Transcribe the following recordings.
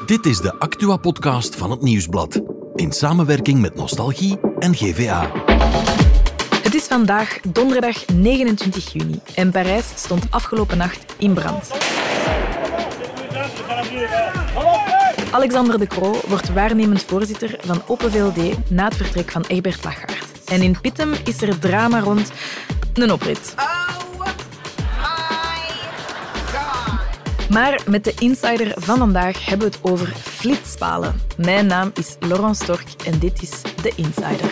Dit is de Actua-podcast van het Nieuwsblad. In samenwerking met Nostalgie en GVA. Het is vandaag donderdag 29 juni en Parijs stond afgelopen nacht in brand. Alexander De Croo wordt waarnemend voorzitter van Open VLD na het vertrek van Egbert Lagaert. En in Pittem is er drama rond een oprit. Maar met de insider van vandaag hebben we het over flitspalen. Mijn naam is Laurence Stork en dit is de Insider.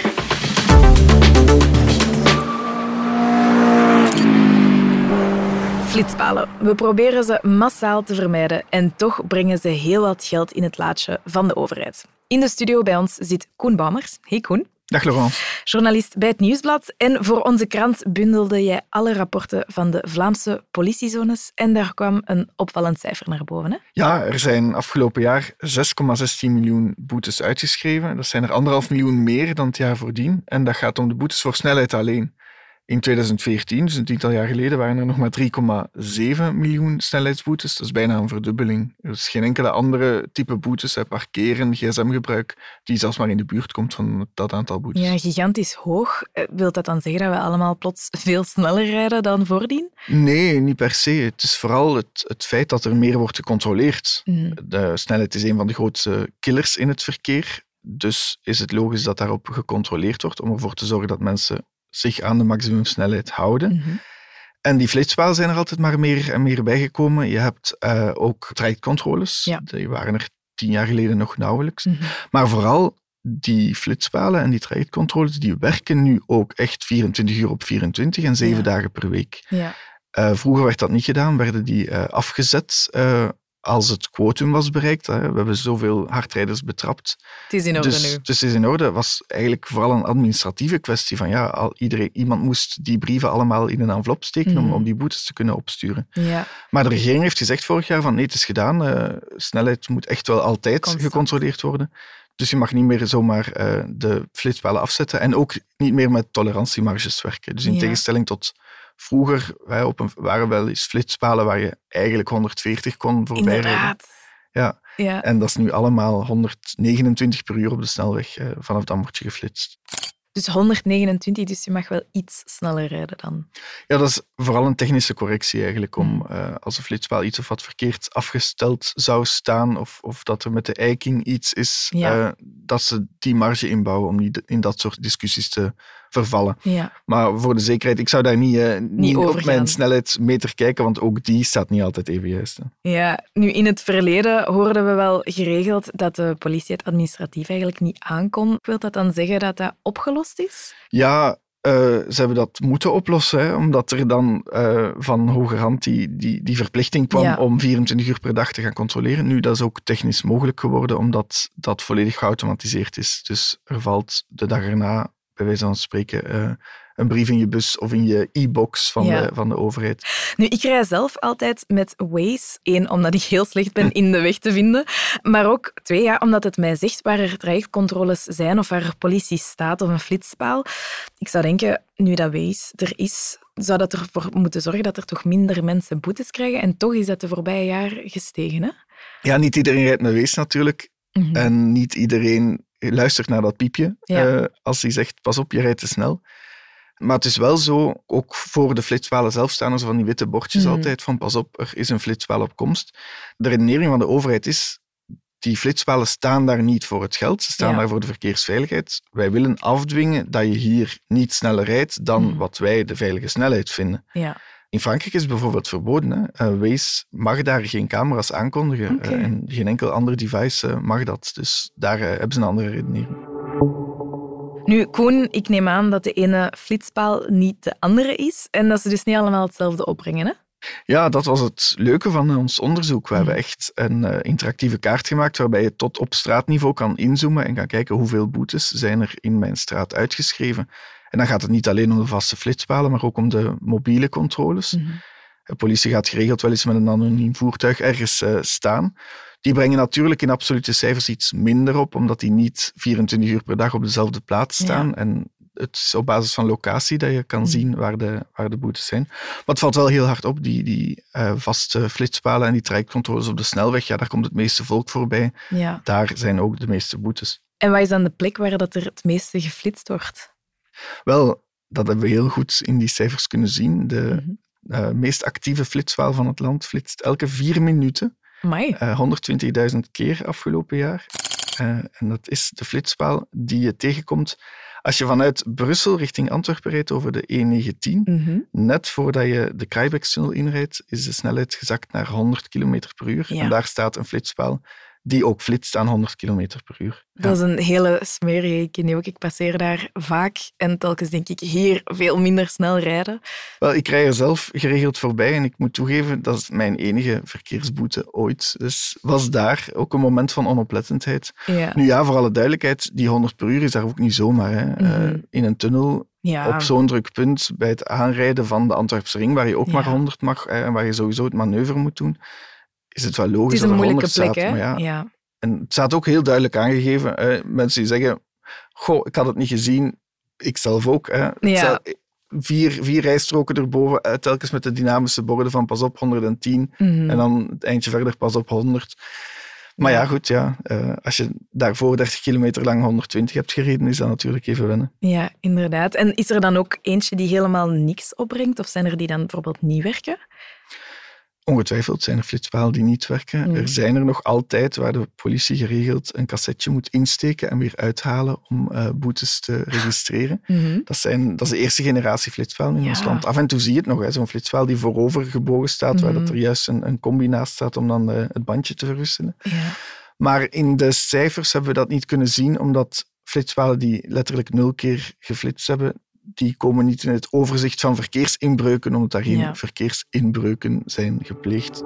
Flitspalen. We proberen ze massaal te vermijden en toch brengen ze heel wat geld in het laadje van de overheid. In de studio bij ons zit Koen Baumers. Hey Koen. Dag Laurent. Journalist bij het Nieuwsblad. En voor onze krant bundelde jij alle rapporten van de Vlaamse politiezones. En daar kwam een opvallend cijfer naar boven. Hè? Ja, er zijn afgelopen jaar 6,16 miljoen boetes uitgeschreven. Dat zijn er 1,5 miljoen meer dan het jaar voordien. En dat gaat om de boetes voor snelheid alleen. In 2014, dus een tiental jaar geleden, waren er nog maar 3,7 miljoen snelheidsboetes. Dat is bijna een verdubbeling. Er is geen enkele andere type boetes, parkeren, gsm-gebruik, die zelfs maar in de buurt komt van dat aantal boetes. Ja, gigantisch hoog. Wil dat dan zeggen dat we allemaal plots veel sneller rijden dan voordien? Nee, niet per se. Het is vooral het feit dat er meer wordt gecontroleerd. De snelheid is een van de grootste killers in het verkeer. Dus is het logisch dat daarop gecontroleerd wordt om ervoor te zorgen dat mensen zich aan de maximumsnelheid houden. En die flitspalen zijn er altijd maar meer en meer bijgekomen. Je hebt ook trajectcontroles. Ja. Die waren er 10 jaar geleden nog nauwelijks. Maar vooral die flitspalen en die trajectcontroles, die werken nu ook echt 24 uur op 24 en 7 dagen per week. Ja. Vroeger werd dat niet gedaan, werden die afgezet als het quotum was bereikt. We hebben zoveel hardrijders betrapt. Het is in orde nu. Dus het is in orde. Het was eigenlijk vooral een administratieve kwestie van iemand moest die brieven allemaal in een envelop steken om die boetes te kunnen opsturen. Ja. Maar de regering heeft gezegd vorig jaar van nee, het is gedaan. Snelheid moet echt wel altijd gecontroleerd worden. Dus je mag niet meer zomaar de flitspalen afzetten en ook niet meer met tolerantiemarges werken. Dus in tegenstelling tot vroeger waren wel eens flitspalen waar je eigenlijk 140 kon voorbij rijden. Ja. En dat is nu allemaal 129 per uur op de snelweg. Vanaf dan word je geflitst. Dus 129, dus je mag wel iets sneller rijden dan. Ja, dat is vooral een technische correctie eigenlijk. Om als een flitspaal iets of wat verkeerd afgesteld zou staan of dat er met de eiking iets is, dat ze die marge inbouwen om niet in dat soort discussies te vervallen. Ja. Maar voor de zekerheid, ik zou daar niet op mijn snelheidsmeter kijken, want ook die staat niet altijd even juist. Hè. Ja, nu in het verleden hoorden we wel geregeld dat de politie het administratief eigenlijk niet aankon. Wil dat dan zeggen dat dat opgelost is? Ja, ze hebben dat moeten oplossen, omdat er dan van hogerhand die verplichting kwam om 24 uur per dag te gaan controleren. Nu, dat is ook technisch mogelijk geworden, omdat dat volledig geautomatiseerd is. Dus er valt de dag erna, bij wijze van spreken, een brief in je bus of in je e-box van de overheid. Nu, ik rij zelf altijd met Waze. 1, omdat ik heel slecht ben in de weg te vinden. Maar ook 2, omdat het mij zegt waar er trajectcontroles zijn of waar er politie staat of een flitspaal. Ik zou denken, nu dat Waze er is, zou dat ervoor moeten zorgen dat er toch minder mensen boetes krijgen. En toch is dat de voorbije jaren gestegen, hè? Ja, niet iedereen rijdt met Waze natuurlijk. En niet iedereen luistert naar dat piepje als hij zegt, pas op, je rijdt te snel. Maar het is wel zo, ook voor de flitspalen zelf staan er zo van die witte bordjes altijd van pas op, er is een flitspaal op komst. De redenering van de overheid is, die flitspalen staan daar niet voor het geld, ze staan daar voor de verkeersveiligheid. Wij willen afdwingen dat je hier niet sneller rijdt dan wat wij de veilige snelheid vinden. Ja. In Frankrijk is het bijvoorbeeld verboden. Waze mag daar geen camera's aankondigen. En geen enkel ander device mag dat. Dus daar hebben ze een andere redenering. Nu, Koen, ik neem aan dat de ene flitspaal niet de andere is en dat ze dus niet allemaal hetzelfde opbrengen, hè? Ja, dat was het leuke van ons onderzoek. We hebben echt een interactieve kaart gemaakt waarbij je tot op straatniveau kan inzoomen en kan kijken hoeveel boetes zijn er in mijn straat uitgeschreven. En dan gaat het niet alleen om de vaste flitspalen, maar ook om de mobiele controles. De politie gaat geregeld wel eens met een anoniem voertuig ergens staan. Die brengen natuurlijk in absolute cijfers iets minder op, omdat die niet 24 uur per dag op dezelfde plaats staan. En het is op basis van locatie dat je kan zien waar de boetes zijn. Maar het valt wel heel hard op, die vaste flitspalen en die trajectcontroles op de snelweg, daar komt het meeste volk voorbij. Ja. Daar zijn ook de meeste boetes. En wat is dan de plek waar dat er het meeste geflitst wordt? Wel, dat hebben we heel goed in die cijfers kunnen zien. De meest actieve flitspaal van het land flitst elke 4 minuten. 120.000 keer afgelopen jaar. En dat is de flitspaal die je tegenkomt als je vanuit Brussel richting Antwerpen rijdt over de E19. Net voordat je de Kraaibeekstunnel inrijdt, is de snelheid gezakt naar 100 km per uur. Ja. En daar staat een flitspaal die ook flitst aan 100 km per uur. Dat is een hele smerige. Ik ken die ook. Ik passeer daar vaak en telkens denk ik hier veel minder snel rijden. Wel, ik rij er zelf geregeld voorbij en ik moet toegeven, dat is mijn enige verkeersboete ooit. Dus was daar ook een moment van onoplettendheid. Ja. Nu ja, voor alle duidelijkheid, die 100 per uur is daar ook niet zomaar. Hè. In een tunnel, op zo'n druk punt, bij het aanrijden van de Antwerpse ring, waar je ook maar 100 mag en waar je sowieso het manoeuvre moet doen, is het wel logisch dat er 100 plek, staat. Maar ja. En het staat ook heel duidelijk aangegeven. Mensen die zeggen, ik had het niet gezien. Ik zelf ook. Vier rijstroken erboven, telkens met de dynamische borden van pas op 110. En dan het eindje verder pas op 100. Maar goed, als je daarvoor 30 kilometer lang 120 hebt gereden, is dat natuurlijk even wennen. Ja, inderdaad. En is er dan ook eentje die helemaal niks opbrengt? Of zijn er die dan bijvoorbeeld niet werken? Ongetwijfeld zijn er flitspalen die niet werken. Er zijn er nog altijd waar de politie geregeld een cassetje moet insteken en weer uithalen om boetes te registreren. Dat is de eerste generatie flitspalen in ons land. Af en toe zie je het nog, zo'n flitspaal die voorover gebogen staat, waar dat er juist een combi naast staat om dan het bandje te verwisselen. Ja. Maar in de cijfers hebben we dat niet kunnen zien, omdat flitspalen die letterlijk 0 keer geflitst hebben, die komen niet in het overzicht van verkeersinbreuken, omdat daar geen verkeersinbreuken zijn gepleegd.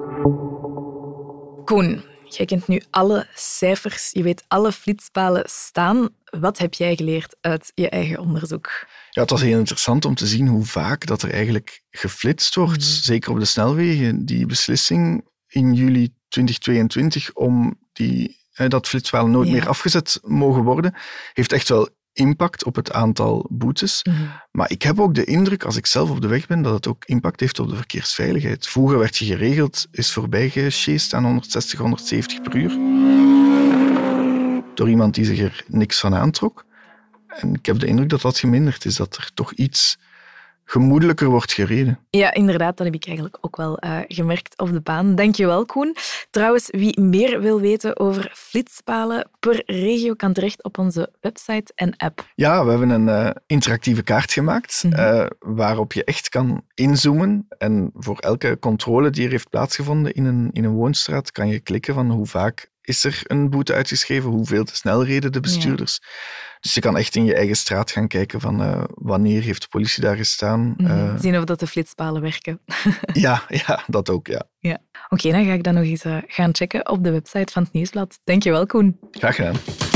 Koen, jij kent nu alle cijfers, je weet alle flitspalen staan. Wat heb jij geleerd uit je eigen onderzoek? Ja, het was heel interessant om te zien hoe vaak dat er eigenlijk geflitst wordt. Zeker op de snelwegen. Die beslissing in juli 2022 om dat flitspalen nooit meer afgezet mogen worden, heeft echt wel impact op het aantal boetes. Maar ik heb ook de indruk, als ik zelf op de weg ben, dat het ook impact heeft op de verkeersveiligheid. Vroeger werd je geregeld, is voorbij gesjeest aan 160, 170 per uur. Door iemand die zich er niks van aantrok. En ik heb de indruk dat dat geminderd is, dat er toch iets gemoedelijker wordt gereden. Ja, inderdaad, dat heb ik eigenlijk ook wel gemerkt op de baan. Dankjewel, Koen. Trouwens, wie meer wil weten over flitspalen per regio kan terecht op onze website en app. Ja, we hebben een interactieve kaart gemaakt waarop je echt kan inzoomen. En voor elke controle die er heeft plaatsgevonden in een woonstraat kan je klikken van hoe vaak is er een boete uitgeschreven, hoeveel te snel reden de bestuurders. Ja. Dus je kan echt in je eigen straat gaan kijken van wanneer heeft de politie daar gestaan. Zien of dat de flitspalen werken. ja, dat ook, ja. Oké, dan ga ik dat nog eens gaan checken op de website van het Nieuwsblad. Dankjewel, Koen. Graag gedaan.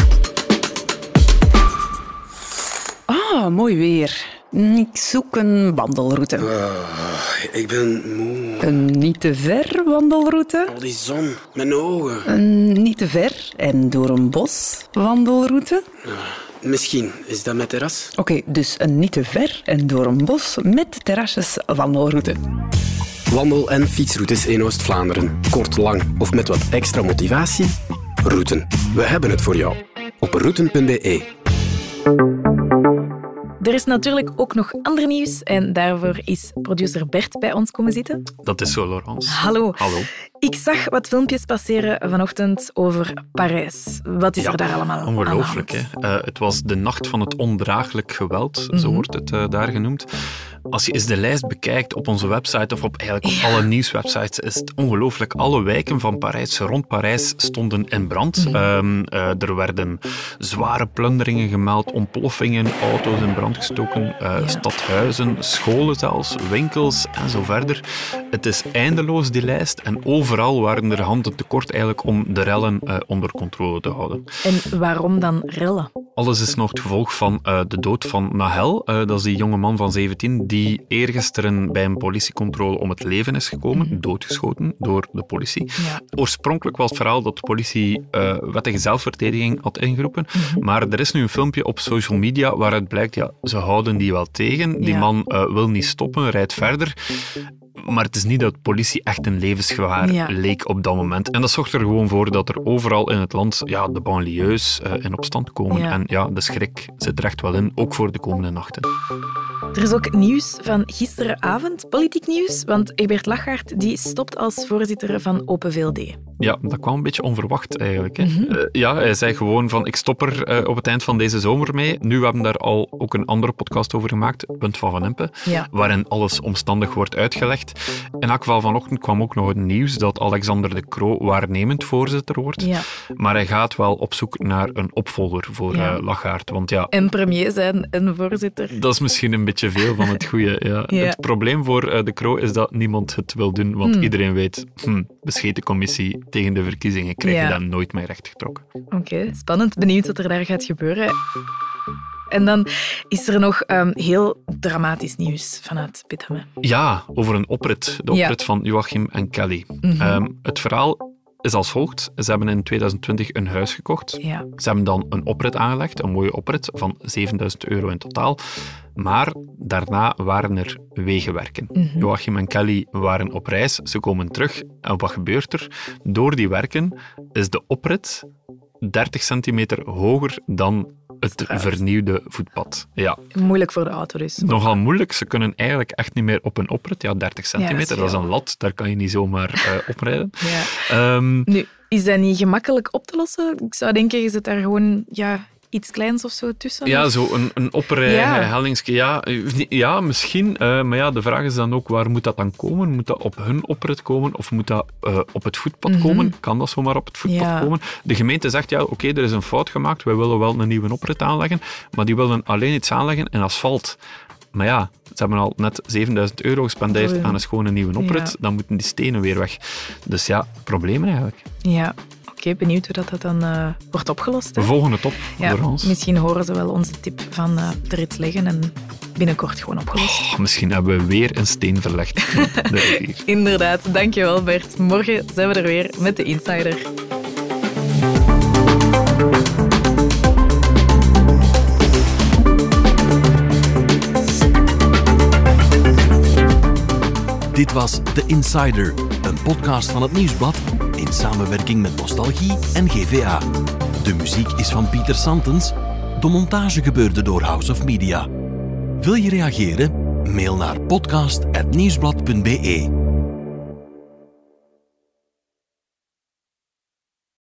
Mooi weer. Ik zoek een wandelroute. Ik ben moe. Een niet te ver wandelroute. Al die zon, mijn ogen. Een niet te ver en door een bos wandelroute. Misschien is dat met terras. Oké, dus een niet te ver en door een bos met terrasjes wandelroute. Wandel- en fietsroutes in Oost-Vlaanderen. Kort, lang of met wat extra motivatie? Routen. We hebben het voor jou. Op routen.be. Er is natuurlijk ook nog ander nieuws en daarvoor is producer Bert bij ons komen zitten. Dat is zo, Laurence. Hallo. Hallo. Ik zag wat filmpjes passeren vanochtend over Parijs. Wat is er daar allemaal ongelooflijk, hè? Het was de nacht van het ondraaglijk geweld, zo wordt het daar genoemd. Als je eens de lijst bekijkt op onze website of op alle nieuwswebsites, is het ongelooflijk. Alle wijken van Parijs, rond Parijs, stonden in brand. Er werden zware plunderingen gemeld, ontploffingen, auto's in brand gestoken, stadhuizen, scholen zelfs, winkels en zo verder. Het is eindeloos, die lijst. En overal waren er handen tekort eigenlijk om de rellen onder controle te houden. En waarom dan rellen? alles is nog het gevolg van de dood van Nahel. Dat is die jonge man van 17 die eergisteren bij een politiecontrole om het leven is gekomen, doodgeschoten door de politie. Ja. Oorspronkelijk was het verhaal dat de politie wettige zelfverdediging had ingeroepen, maar er is nu een filmpje op social media waaruit blijkt, ze houden die wel tegen. Die man wil niet stoppen, rijdt verder. Maar het is niet dat de politie echt een levensgevaar leek op dat moment. En dat zorgt er gewoon voor dat er overal in het land de banlieues in opstand komen. Ja. En de schrik zit er echt wel in, ook voor de komende nachten. Er is ook nieuws van gisteravond, politiek nieuws, want Egbert Lachaert die stopt als voorzitter van Open VLD. Ja, dat kwam een beetje onverwacht eigenlijk. Hè. Hij zei gewoon van ik stop er op het eind van deze zomer mee. Nu we hebben daar al ook een andere podcast over gemaakt, Punt van Impe, waarin alles omstandig wordt uitgelegd. In elk geval vanochtend kwam ook nog het nieuws dat Alexander De Croo waarnemend voorzitter wordt. Ja. Maar hij gaat wel op zoek naar een opvolger voor Lachaert. Want en premier zijn en voorzitter. Dat is misschien een beetje veel van het goede. Ja. Het probleem voor De Croo is dat niemand het wil doen, want iedereen weet, bescheten commissie tegen de verkiezingen krijg je dat nooit meer rechtgetrokken. Oké, spannend. Benieuwd wat er daar gaat gebeuren. En dan is er nog heel dramatisch nieuws vanuit Pithamme. Ja, over een oprit. De oprit van Joachim en Kelly. Het verhaal is als volgt. Ze hebben in 2020 een huis gekocht. Ja. Ze hebben dan een oprit aangelegd, een mooie oprit van €7.000 in totaal. Maar daarna waren er wegenwerken. Joachim en Kelly waren op reis, ze komen terug. En wat gebeurt er? Door die werken is de oprit 30 centimeter hoger dan het vernieuwde voetpad. Ja. Moeilijk voor de auto dus. Nogal moeilijk. Ze kunnen eigenlijk echt niet meer op een oprit. 30 centimeter, dat is een lat. Daar kan je niet zomaar oprijden. Ja. Nu, is dat niet gemakkelijk op te lossen? Ik zou denken, je zit daar gewoon iets kleins of zo tussen? Ja, zo een oprijhellingsje. Ja, misschien. Maar de vraag is dan ook, waar moet dat dan komen? Moet dat op hun oprit komen of moet dat op het voetpad komen? Kan dat zomaar op het voetpad komen? De gemeente zegt, oké, er is een fout gemaakt. Wij willen wel een nieuwe oprit aanleggen, maar die willen alleen iets aanleggen in asfalt. Maar ze hebben al net €7.000 gespendeerd aan een schone nieuwe oprit. Dan moeten die stenen weer weg. Dus problemen eigenlijk. Ja. Oké, benieuwd hoe dat dan wordt opgelost. Hè? We volgen het op door ons. Misschien horen ze wel onze tip van er iets leggen en binnenkort gewoon opgelost. Misschien hebben we weer een steen verlegd op de rivier. Inderdaad, dankjewel Bert. Morgen zijn we er weer met de Insider. Dit was The Insider, een podcast van het Nieuwsblad in samenwerking met Nostalgie en GVA. De muziek is van Pieter Santens. De montage gebeurde door House of Media. Wil je reageren? Mail naar podcast@nieuwsblad.be.